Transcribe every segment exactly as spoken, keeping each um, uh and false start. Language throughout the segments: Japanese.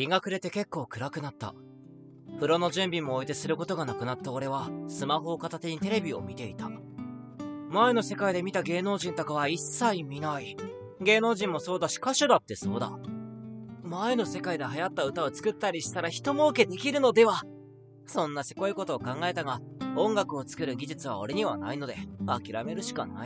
日が暮れて結構暗くなった。風呂の準備も終えてすることがなくなった俺はスマホを片手にテレビを見ていた。前の世界で見た芸能人とかは一切見ない。芸能人もそうだし歌手だってそうだ。前の世界で流行った歌を作ったりしたら人儲けできるのでは。そんなせこいことを考えたが、音楽を作る技術は俺にはないので諦めるしかない。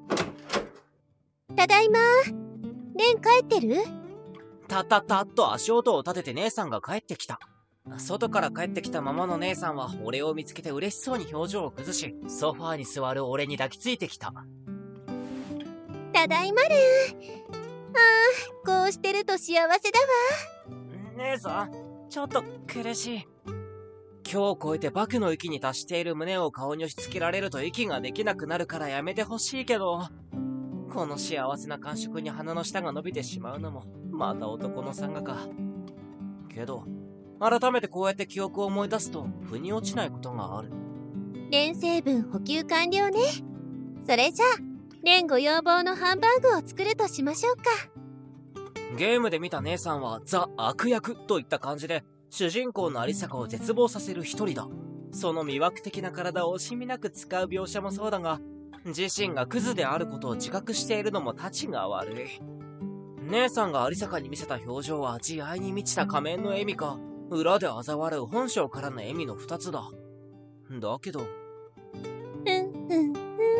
ただいま。レン帰ってる？ たたたっと足音を立てて姉さんが帰ってきた。外から帰ってきたままの姉さんは俺を見つけて嬉しそうに表情を崩し、ソファーに座る俺に抱きついてきた。 ただいまる。ああ、こうしてると幸せだわ。 姉さん、ちょっと苦しい。今日を超えてバクの域に達している胸を顔に押し付けられると息ができなくなるからやめてほしいけど、この幸せな感触に鼻の下が伸びてしまうのもまた男のさんがか。けど改めてこうやって記憶を思い出すと腑に落ちないことがある。 レン成分補給完了ね。それじゃあレンご要望のハンバーグを作るとしましょうか。 ゲームで見た姉さんはザ・悪役といった感じで主人公の有坂を絶望させる一人だ。その魅惑的な体を惜しみなく使う描写もそうだが、自身がクズであることを自覚しているのもたちが悪い。姉さんが有坂に見せた表情は慈愛に満ちた仮面の笑みか、裏で嘲笑う本性からの笑みの二つだ。だけどうんうん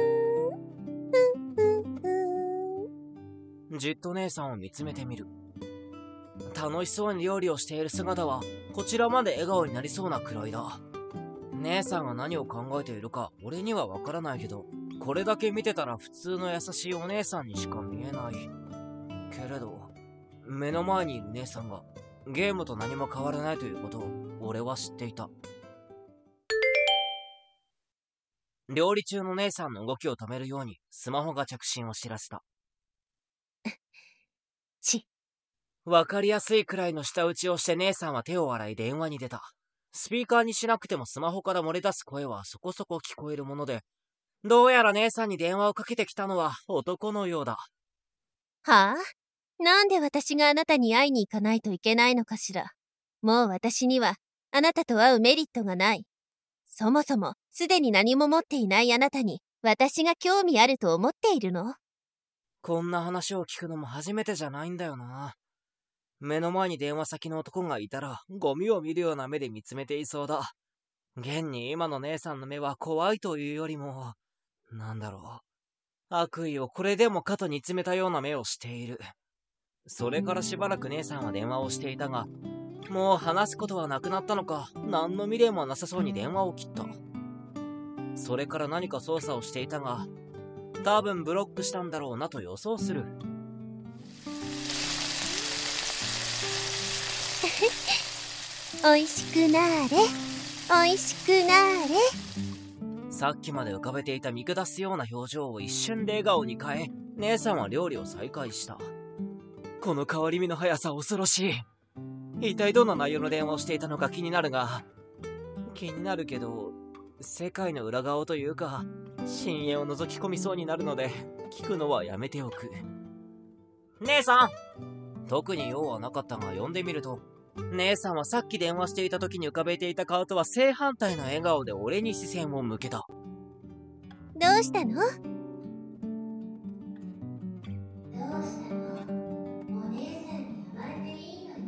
じっと姉さんを見つめてみる。楽しそうに料理をしている姿はこちらまで笑顔になりそうなくらいだ。姉さんが何を考えているか俺にはわからないけど、これだけ見てたら普通の優しいお姉さんにしか見えない。けれど目の前にいる姉さんがゲームと何も変わらないということを俺は知っていた。料理中の姉さんの動きを止めるようにスマホが着信を知らせた。 ちわかりやすいくらいの舌打ちをして姉さんは手を洗い電話に出た。スピーカーにしなくてもスマホから漏れ出す声はそこそこ聞こえるもので、どうやら姉さんに電話をかけてきたのは男のようだ。 はあ？なんで私があなたに会いに行かないといけないのかしら。もう私にはあなたと会うメリットがない。そもそもすでに何も持っていないあなたに私が興味あると思っているの？ こんな話を聞くのも初めてじゃないんだよな。目の前に電話先の男がいたらゴミを見るような目で見つめていそうだ。現に今の姉さんの目は怖いというよりも、なんだろう、悪意をこれでもかと煮つめたような目をしている。それからしばらく姉さんは電話をしていたが、もう話すことはなくなったのか、何の未練もなさそうに電話を切った。それから何か操作をしていたが、多分ブロックしたんだろうなと予想する。 おいしくなーれ、おいしくなーれ。 さっきまで浮かべていた見下すような表情を一瞬で笑顔に変え、姉さんは料理を再開した。この変わり身の速さ恐ろしい。一体どんな内容の電話をしていたのか気になるが、気になるけど、世界の裏側というか、深淵を覗き込みそうになるので、聞くのはやめておく。姉さん！特に用はなかったが呼んでみると、姉さんはさっき電話していた時に浮かべていた顔とは正反対の笑顔で俺に視線を向けた。 どうしたの？どうしたの？お姉さんに甘えていいのよ。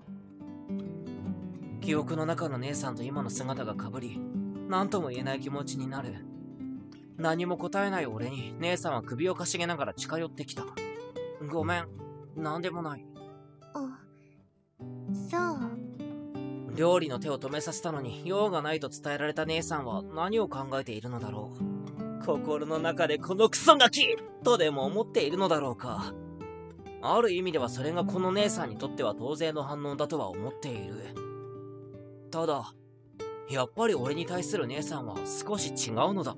記憶の中の姉さんと今の姿が被り、何とも言えない気持ちになる。何も答えない俺に姉さんは首をかしげながら近寄ってきた。ごめん、なんでもない。 あ、そう。 料理の手を止めさせたのに用がないと伝えられた姉さんは何を考えているのだろう。心の中でこのクソガキとでも思っているのだろうか。ある意味ではそれがこの姉さんにとっては当然の反応だとは思っている。ただやっぱり俺に対する姉さんは少し違うのだ。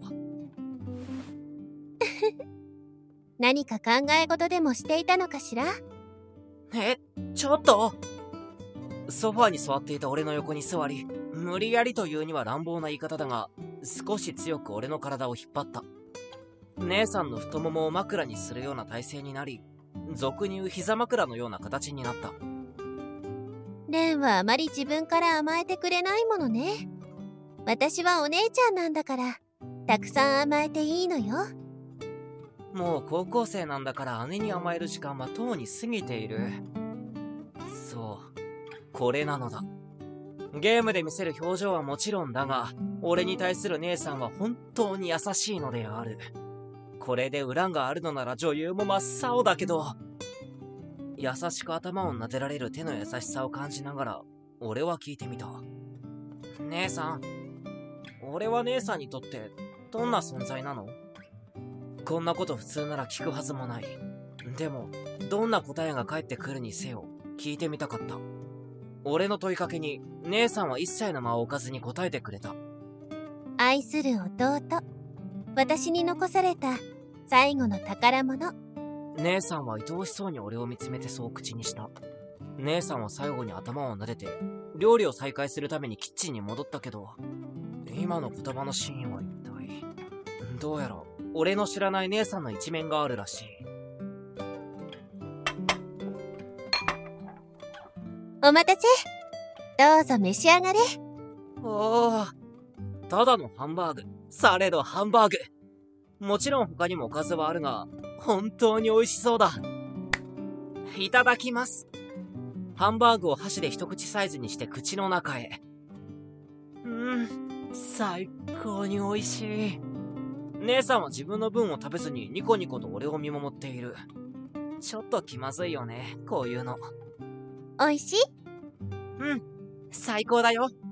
何か考え事でもしていたのかしら？ え、ちょっと！ソファーに座っていた俺の横に座り、無理やりというには乱暴な言い方だが、少し強く俺の体を引っ張った。姉さんの太ももを枕にするような体勢になり、俗に言う膝枕のような形になった。 レンはあまり自分から甘えてくれないものね。私はお姉ちゃんなんだから、たくさん甘えていいのよ。 もう高校生なんだから姉に甘える時間はとうに過ぎている。そう、これなのだ。ゲームで見せる表情はもちろんだが、俺に対する姉さんは本当に優しいのである。これで恨があるのなら女優も真っ青だけど、優しく頭を撫でられる手の優しさを感じながら、俺は聞いてみた。姉さん、俺は姉さんにとってどんな存在なの？こんなこと普通なら聞くはずもない。でも、どんな答えが返ってくるにせよ、聞いてみたかった。俺の問いかけに、姉さんは一切の間を置かずに答えてくれた。 愛する弟。私に残された最後の宝物。 姉さんは愛おしそうに俺を見つめてそう口にした。姉さんは最後に頭を撫でて、料理を再開するためにキッチンに戻ったけど、今の言葉のシーンは一体、どうやら俺の知らない姉さんの一面があるらしい。 お待たせ。どうぞ召し上がれ。 おー、ただのハンバーグ。されどハンバーグ。もちろん他にもおかずはあるが、本当に美味しそうだ。いただきます。ハンバーグを箸で一口サイズにして口の中へ。うん、最高に美味しい。姉さんは自分の分を食べずにニコニコと俺を見守っている。ちょっと気まずいよね、こういうの。 おいしい？ うん、最高だよ。 そう、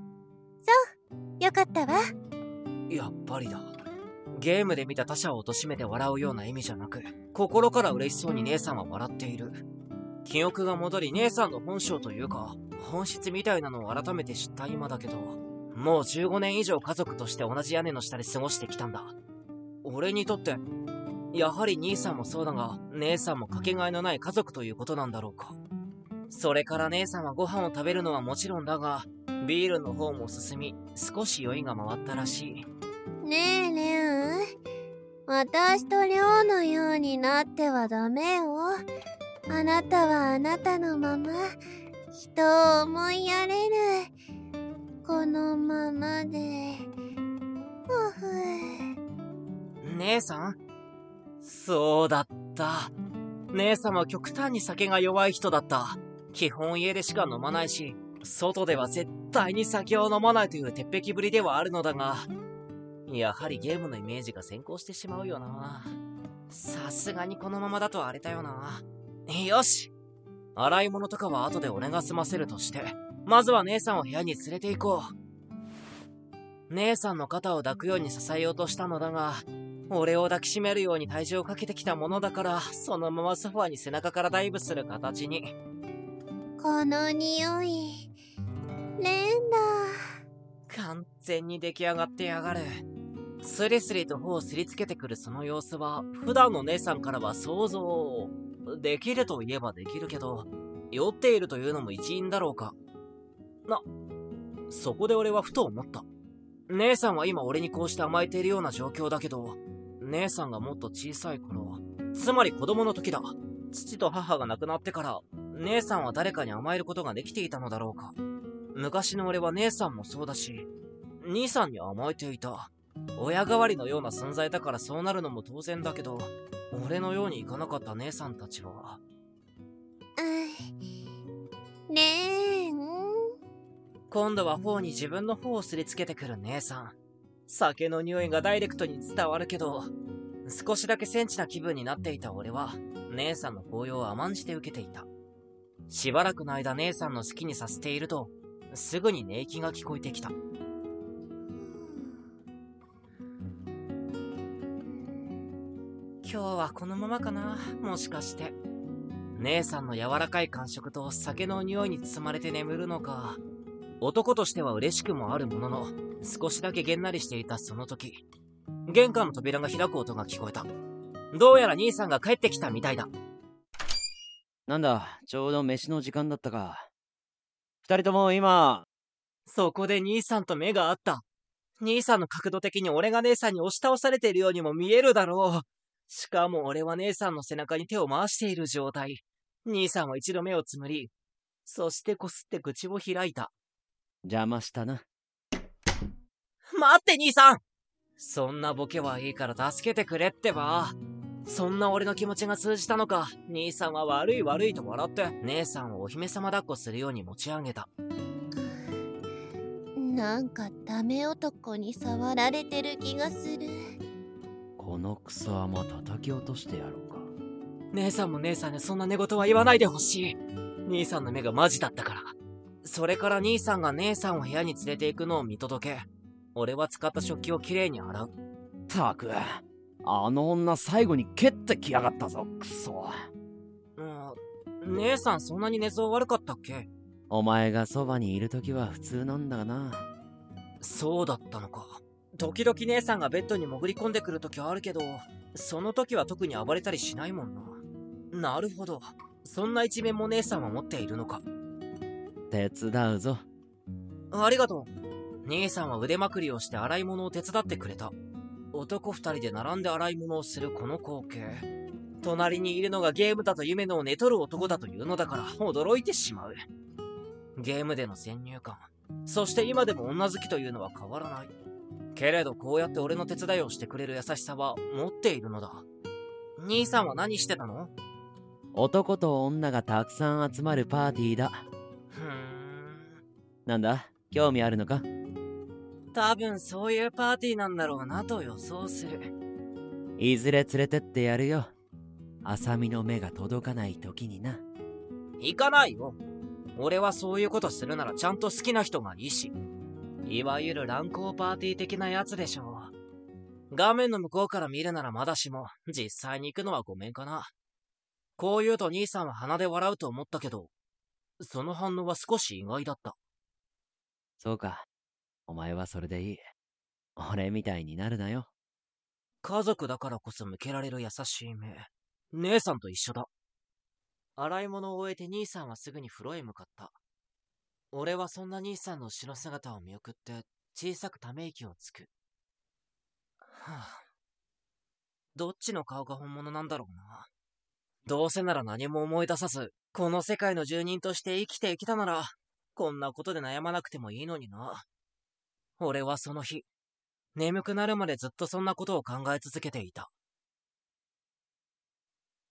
よかったわ。 やっぱりだ。ゲームで見た他者を貶めて笑うような意味じゃなく、心から嬉しそうに姉さんは笑っている。記憶が戻り、姉さんの本性というか、本質みたいなのを改めて知った今だけど、もうじゅうごねん以上家族として同じ屋根の下で過ごしてきたんだ。俺にとって、やはり兄さんもそうだが、姉さんもかけがえのない家族ということなんだろうか。それから姉さんはご飯を食べるのはもちろんだが、ビールの方も進み、少し酔いが回ったらしい。 ねえレン、私とリョウのようになってはダメよ。あなたはあなたのまま、人を思いやれる。このままで。ふふ。 姉さん？そうだった。姉さんは極端に酒が弱い人だった。基本家でしか飲まないし、外では絶対に酒を飲まないという鉄壁ぶりではあるのだが、やはりゲームのイメージが先行してしまうよな。さすがにこのままだとあれだよな。よし、洗い物とかは後で俺が済ませるとして、まずは姉さんを部屋に連れて行こう。姉さんの肩を抱くように支えようとしたのだが、俺を抱きしめるように体重をかけてきたものだから、そのままソファーに背中からダイブする形に。 この匂い、レンだ。 完全に出来上がってやがる。スリスリと頬をすりつけてくるその様子は、普段の姉さんからは想像できると言えばできるけど、酔っているというのも一因だろうか。な、そこで俺はふと思った。姉さんは今俺にこうして甘えているような状況だけど、姉さんがもっと小さい頃、つまり子供の時だ。父と母が亡くなってから、姉さんは誰かに甘えることができていたのだろうか。昔の俺は姉さんもそうだし、兄さんに甘えていた。親代わりのような存在だからそうなるのも当然だけど、俺のようにいかなかった姉さんたちは。 うん。レン。 今度は頬に自分の頬をすりつけてくる姉さん。酒の匂いがダイレクトに伝わるけど、少しだけセンチな気分になっていた俺は、姉さんの抱擁を甘んじて受けていた。しばらくの間姉さんの好きにさせていると、すぐに寝息が聞こえてきた。今日はこのままかな、もしかして。姉さんの柔らかい感触と酒の匂いに包まれて眠るのか。男としては嬉しくもあるものの、少しだけげんなりしていたその時、玄関の扉が開く音が聞こえた。どうやら兄さんが帰ってきたみたいだ。 なんだ、ちょうど飯の時間だったか。二人とも今。 そこで兄さんと目が合った。兄さんの角度的に俺が姉さんに押し倒されているようにも見えるだろう。しかも俺は姉さんの背中に手を回している状態。兄さんは一度目をつむり、 そしてこすって口を開いた。 邪魔したな。 待って兄さん、そんなボケはいいから助けてくれってば。そんな俺の気持ちが通じたのか、兄さんは悪い悪いと笑って姉さんをお姫様抱っこするように持ち上げた。 なんかダメ男に触られてる気がする。 このクソ甘叩き落としてやろうか。 姉さんも姉さんにそんな寝言は言わないでほしい。兄さんの目がマジだったから。それから兄さんが姉さんを部屋に連れて行くのを見届け、俺は使った食器をきれいに洗う。 たく、あの女最後に蹴ってきやがったぞ、クソ。 うん、姉さんそんなに寝相悪かったっけ？ お前がそばにいるときは普通なんだがな。 そうだったのか。時々姉さんがベッドに潜り込んでくるときはあるけど、その時は特に暴れたりしないもんな。なるほど。そんな一面も姉さんは持っているのか。 手伝うぞ。 ありがとう。兄さんは腕まくりをして洗い物を手伝ってくれた。男二人で並んで洗い物をするこの光景。隣にいるのがゲームだと夢のを寝取る男だというのだから驚いてしまう。ゲームでの先入観。そして今でも女好きというのは変わらない。けれどこうやって俺の手伝いをしてくれる優しさは持っているのだ。兄さんは何してたの？ 男と女がたくさん集まるパーティーだ。 ふーん。 なんだ、興味あるのか？ 多分そういうパーティーなんだろうなと予想する。 いずれ連れてってやるよ。浅見の目が届かない時にな。 行かないよ。俺はそういうことするならちゃんと好きな人がいいし。いわゆる乱交パーティー的なやつでしょう。画面の向こうから見るならまだしも、実際に行くのはごめんかな。こう言うと兄さんは鼻で笑うと思ったけど、その反応は少し意外だった。 そうか。お前はそれでいい。俺みたいになるなよ。 家族だからこそ向けられる優しい目。姉さんと一緒だ。洗い物を終えて兄さんはすぐに風呂へ向かった。俺はそんな兄さんの後ろ姿を見送って小さくため息をつく。はぁ、どっちの顔が本物なんだろうな。どうせなら何も思い出さず、この世界の住人として生きていけたなら、こんなことで悩まなくてもいいのにな。俺はその日、眠くなるまでずっとそんなことを考え続けていた。